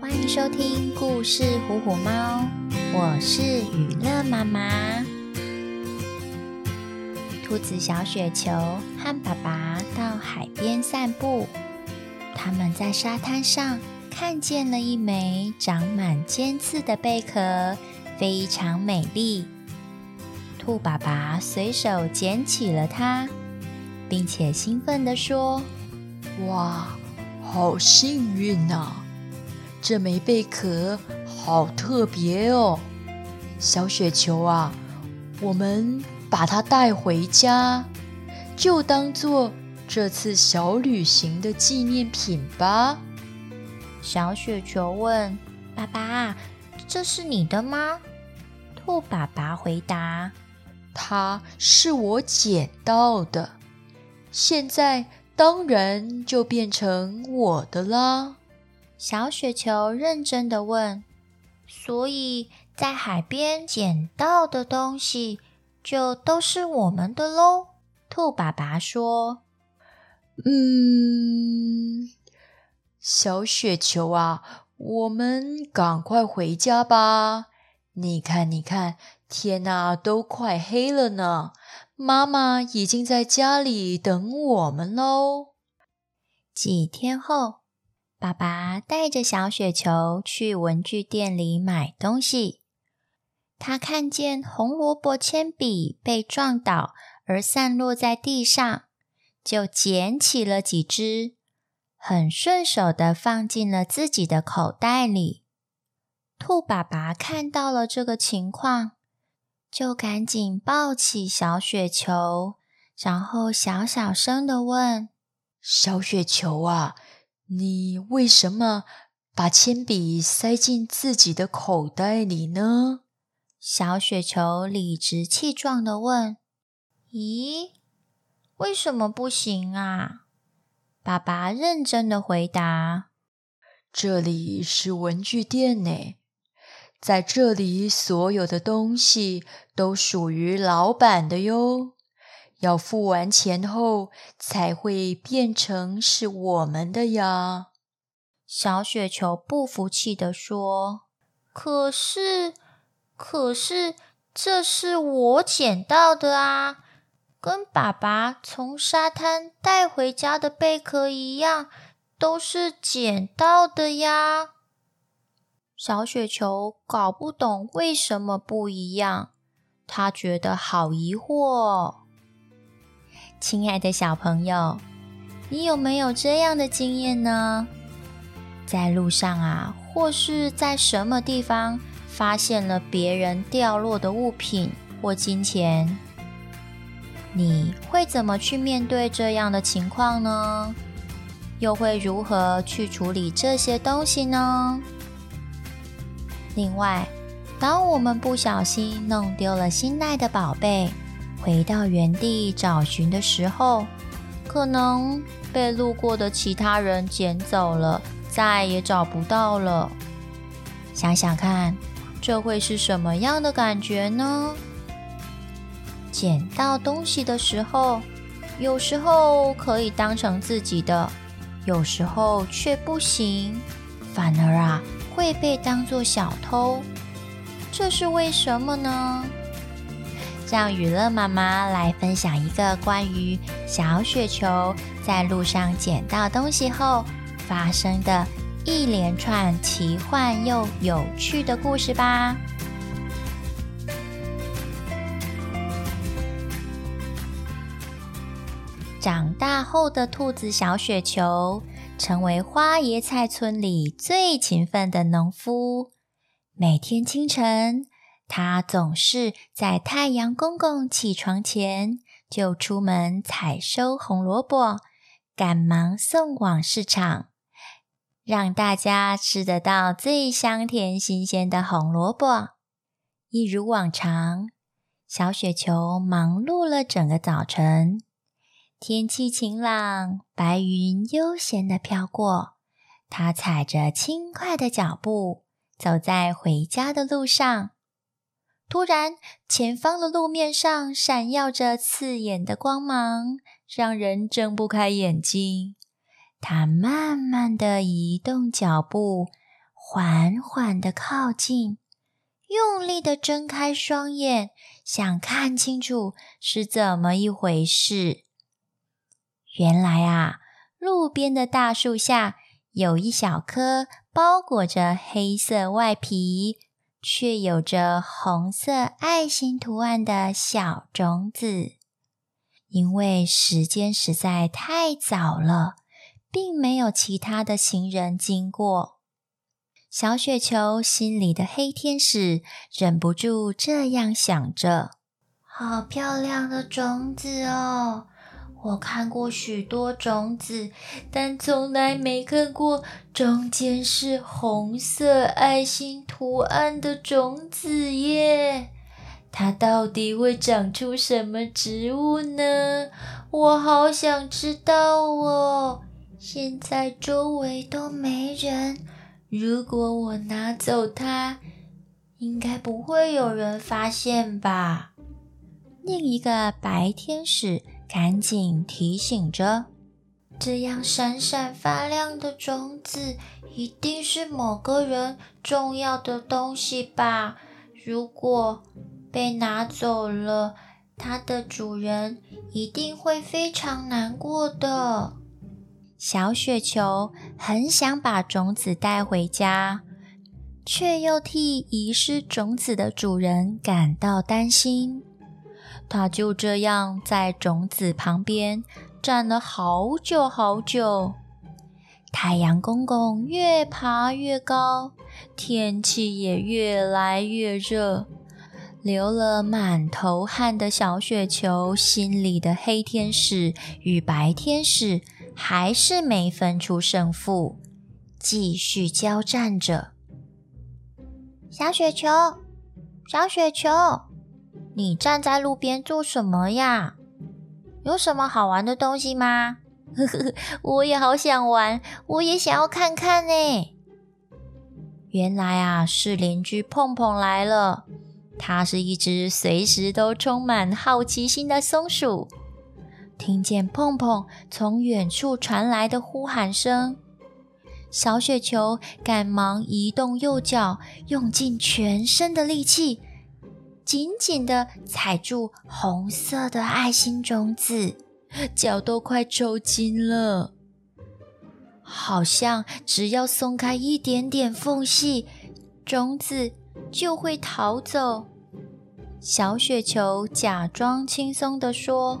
欢迎收听故事虎虎猫，我是雨乐妈妈。兔子小雪球和爸爸到海边散步，他们在沙滩上看见了一枚长满尖刺的贝壳，非常美丽。兔爸爸随手捡起了它，并且兴奋地说： 哇，好幸运啊！这枚贝壳好特别哦。小雪球啊，我们把它带回家，就当做这次小旅行的纪念品吧。 小雪球问：爸爸，这是你的吗？兔爸爸回答： 它是我捡到的，现在当然就变成我的啦。 小雪球认真地问：所以在海边捡到的东西就都是我们的咯？兔爸爸说： 小雪球啊，我们赶快回家吧。你看，天啊，都快黑了呢。妈妈已经在家里等我们咯。 几天后，爸爸带着小雪球去文具店里买东西。他看见红萝卜铅笔被撞倒而散落在地上，就捡起了几支，很顺手地放进了自己的口袋里。兔爸爸看到了这个情况，就赶紧抱起小雪球，然后小小声地问： 小雪球啊，你为什么把铅笔塞进自己的口袋里呢？ 小雪球理直气壮地问：咦，为什么不行啊？爸爸认真地回答： 这里是文具店呢，在这里所有的东西都属于老板的哟，要付完钱后才会变成是我们的呀。 小雪球不服气地说：可是这是我捡到的啊，跟爸爸从沙滩带回家的贝壳一样，都是捡到的呀。小雪球搞不懂为什么不一样，他觉得好疑惑哦。亲爱的小朋友，你有没有这样的经验呢？在路上啊，或是在什么地方发现了别人掉落的物品或金钱，你会怎么去面对这样的情况呢？又会如何去处理这些东西呢？另外，当我们不小心弄丢了心爱的宝贝，回到原地找寻的时候，可能被路过的其他人捡走了，再也找不到了。想想看，这会是什么样的感觉呢？捡到东西的时候，有时候可以当成自己的，有时候却不行，反而会被当作小偷。这是为什么呢？让雨乐妈妈来分享一个关于小雪球在路上捡到东西后发生的一连串奇幻又有趣的故事吧。长大后的兔子小雪球成为花椰菜村里最勤奋的农夫。每天清晨，他总是在太阳公公起床前就出门采收红萝卜，赶忙送往市场，让大家吃得到最香甜新鲜的红萝卜。一如往常，小雪球忙碌了整个早晨。天气晴朗，白云悠闲地飘过，他踩着轻快的脚步走在回家的路上。突然，前方的路面上闪耀着刺眼的光芒，让人睁不开眼睛。他慢慢地移动脚步， 缓缓地靠近，用力地睁开双眼，想看清楚是怎么一回事。原来啊，路边的大树下有一小颗包裹着黑色外皮，却有着红色爱心图案的小种子。因为时间实在太早了，并没有其他的行人经过。小雪球心里的黑天使忍不住这样想着：好漂亮的种子哦！我看过许多种子，但从来没看过中间是红色爱心图案的种子耶！它到底会长出什么植物呢？我好想知道哦！现在周围都没人，如果我拿走它，应该不会有人发现吧？另一个白天使赶紧提醒着：这样闪闪发亮的种子，一定是某个人重要的东西吧？如果被拿走了，它的主人一定会非常难过的。小雪球很想把种子带回家，却又替遗失种子的主人感到担心。它就这样在种子旁边站了好久好久。太阳公公越爬越高，天气也越来越热。流了满头汗的小雪球心里的黑天使与白天使还是没分出胜负，继续交战着。小雪球，小雪球，你站在路边做什么呀？有什么好玩的东西吗？呵呵，我也好想玩，我也想要看看呢。原来啊，是邻居碰碰来了。它是一只随时都充满好奇心的松鼠。听见碰碰从远处传来的呼喊声，小雪球赶忙移动右脚，用尽全身的力气，紧紧地踩住红色的爱心种子，脚都快抽筋了。好像只要松开一点点缝隙，种子就会逃走。小雪球假装轻松地说：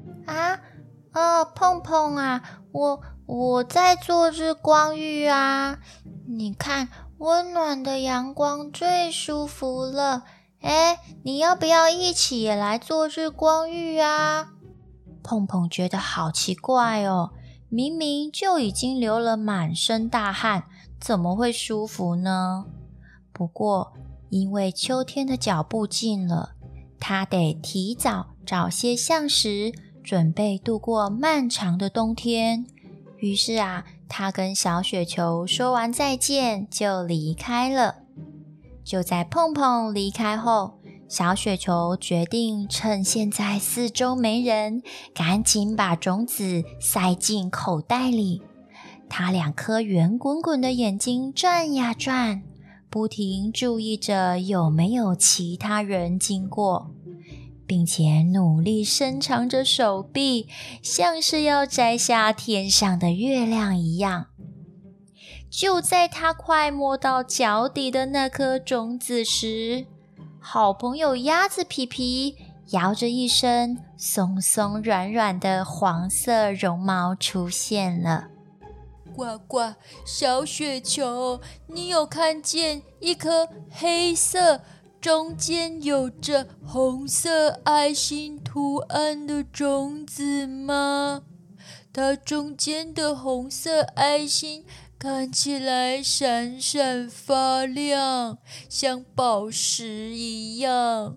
碰碰啊，我在做日光浴啊，你看温暖的阳光最舒服了。你要不要一起也来做日光浴啊？碰碰觉得好奇怪哦，明明就已经流了满身大汗，怎么会舒服呢？不过因为秋天的脚步近了，他得提早找些橡实，准备度过漫长的冬天。于是啊，他跟小雪球说完再见就离开了。就在碰碰离开后，小雪球决定趁现在四周没人，赶紧把种子塞进口袋里。他两颗圆滚滚的眼睛转呀转，不停注意着有没有其他人经过，并且努力伸长着手臂，像是要摘下天上的月亮一样。就在他快摸到脚底的那颗种子时，好朋友鸭子皮皮摇着一身松松软软的黄色绒毛出现了。 呱呱，小雪球，你有看见一颗黑色中间有着红色爱心图案的种子吗？它中间的红色爱心看起来闪闪发亮，像宝石一样。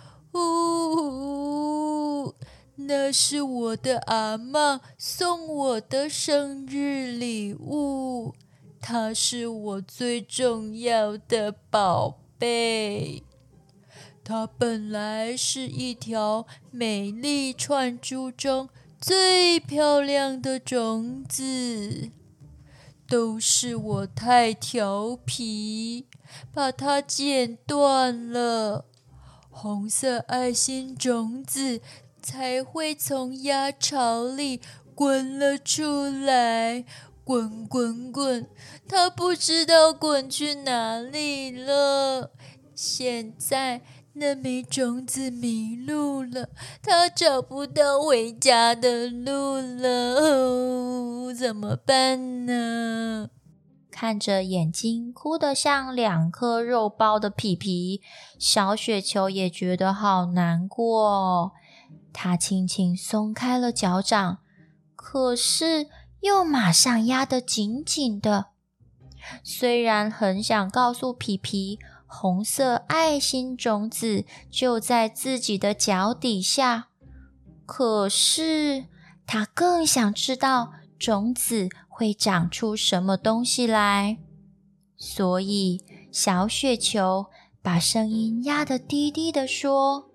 那是我的阿嬷送我的生日礼物，它是我最重要的宝贝。它本来是一条美丽串珠中最漂亮的种子。 都是我太调皮，把它剪断了，红色爱心种子才会从鸭巢里滚了出来，滚滚滚，它不知道滚去哪里了。现在那枚种子迷路了，它找不到回家的路了，怎么办呢？ 看着眼睛哭得像2颗肉包的皮皮，小雪球也觉得好难过哦。他轻轻松开了脚掌，可是又马上压得紧紧的。虽然很想告诉皮皮，红色爱心种子就在自己的脚底下，可是他更想知道种子会长出什么东西来。所以小雪球把声音压得低低的说：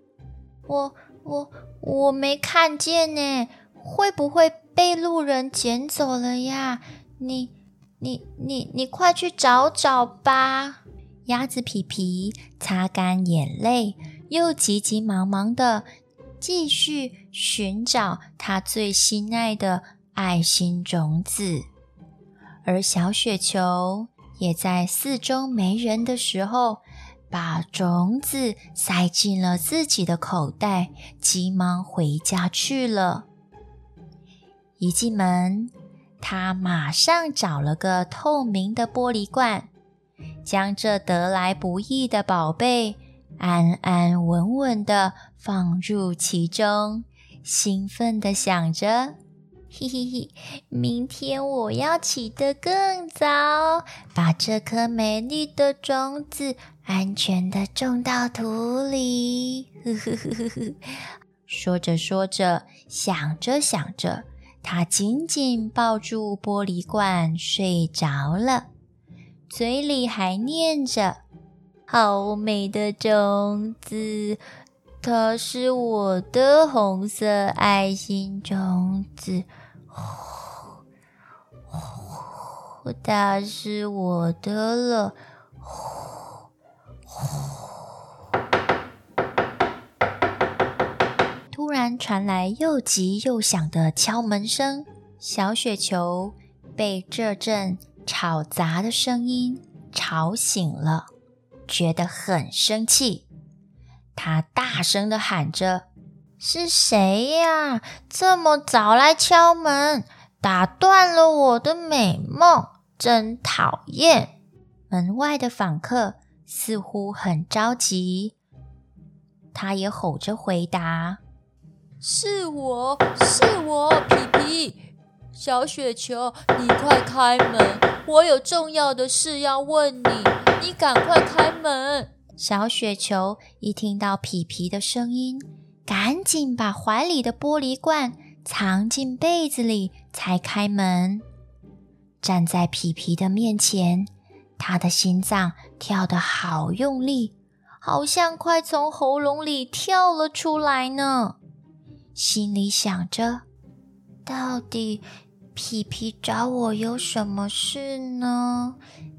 我没看见呢，会不会被路人捡走了呀？你快去找找吧。鸭子皮皮擦干眼泪，又急急忙忙的继续寻找他最心爱的爱心种子。而小雪球也在四周没人的时候，把种子塞进了自己的口袋，急忙回家去了。一进门，他马上找了个透明的玻璃罐，将这得来不易的宝贝安安稳稳地放入其中，兴奋地想着：嘿嘿嘿，明天我要起得更早，把这颗美丽的种子安全地种到土里。说着说着，想着想着，他紧紧抱住玻璃罐睡着了，嘴里还念着：好美的种子，它是我的红色爱心种子，它是我的了。突然传来又急又响的敲门声，小雪球被这阵吵杂的声音吵醒了，觉得很生气。他大声地喊着：是谁呀？这么早来敲门，打断了我的美梦，真讨厌！门外的访客似乎很着急，他也吼着回答： 是我，皮皮，小雪球，你快开门，我有重要的事要问你，你赶快开门。 小雪球一听到皮皮的声音，赶紧把怀里的玻璃罐藏进被子里，才开门。站在皮皮的面前，他的心脏跳得好用力，好像快从喉咙里跳了出来呢。心里想着，到底皮皮找我有什么事呢？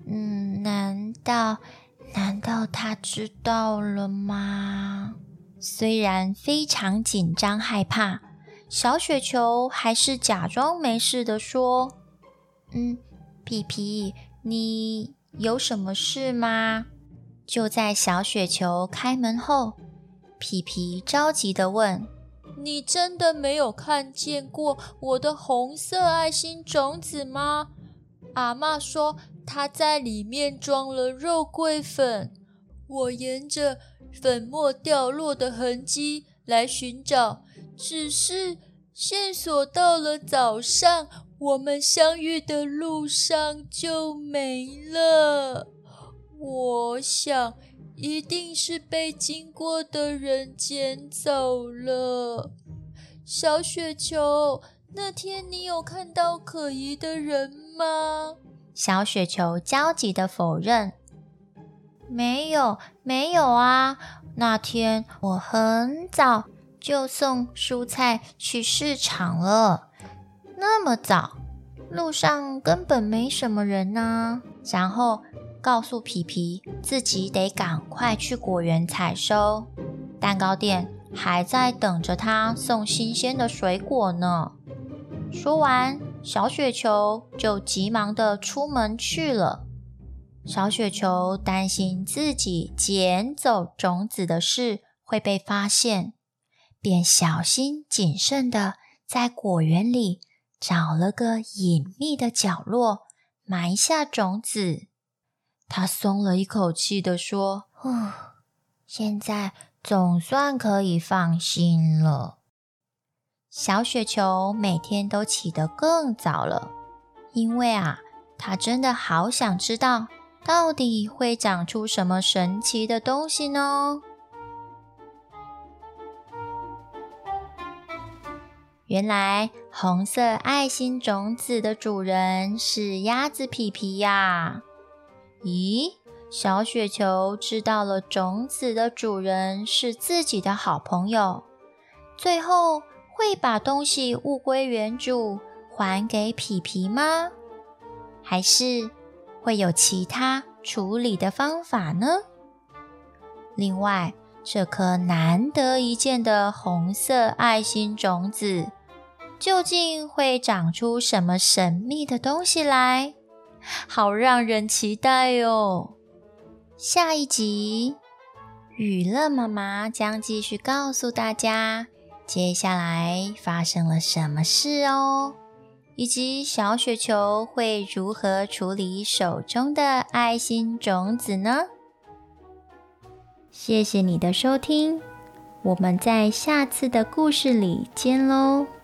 难道他知道了吗？虽然非常紧张害怕，小雪球还是假装没事的说：皮皮，你有什么事吗？就在小雪球开门后，皮皮着急地问： 你真的没有看见过我的红色爱心种子吗？阿嬷说她在里面装了肉桂粉，我沿着粉末掉落的痕迹来寻找，只是线索到了早上，我们相遇的路上就没了。我想一定是被经过的人捡走了。小雪球，那天你有看到可疑的人吗？ 小雪球焦急地否认：没有啊，那天我很早就送蔬菜去市场了。那么早， 路上根本没什么人啊。然后告诉皮皮自己得赶快去果园采收，蛋糕店还在等着他送新鲜的水果呢。说完，小雪球就急忙地出门去了。小雪球担心自己捡走种子的事会被发现，便小心谨慎地在果园里找了个隐秘的角落，埋下种子。他松了一口气地说：现在总算可以放心了。小雪球每天都起得更早了，因为他真的好想知道到底会长出什么神奇的东西呢？原来红色爱心种子的主人是鸭子皮皮呀。咦，小雪球知道了种子的主人是自己的好朋友，最后会把东西物归原主还给皮皮吗？还是会有其他处理的方法呢？另外，这颗难得一见的红色爱心种子究竟会长出什么神秘的东西来？好让人期待哦！下一集，雨乐妈妈将继续告诉大家接下来发生了什么事哦，以及小雪球会如何处理手中的爱心种子呢？谢谢你的收听，我们在下次的故事里见喽！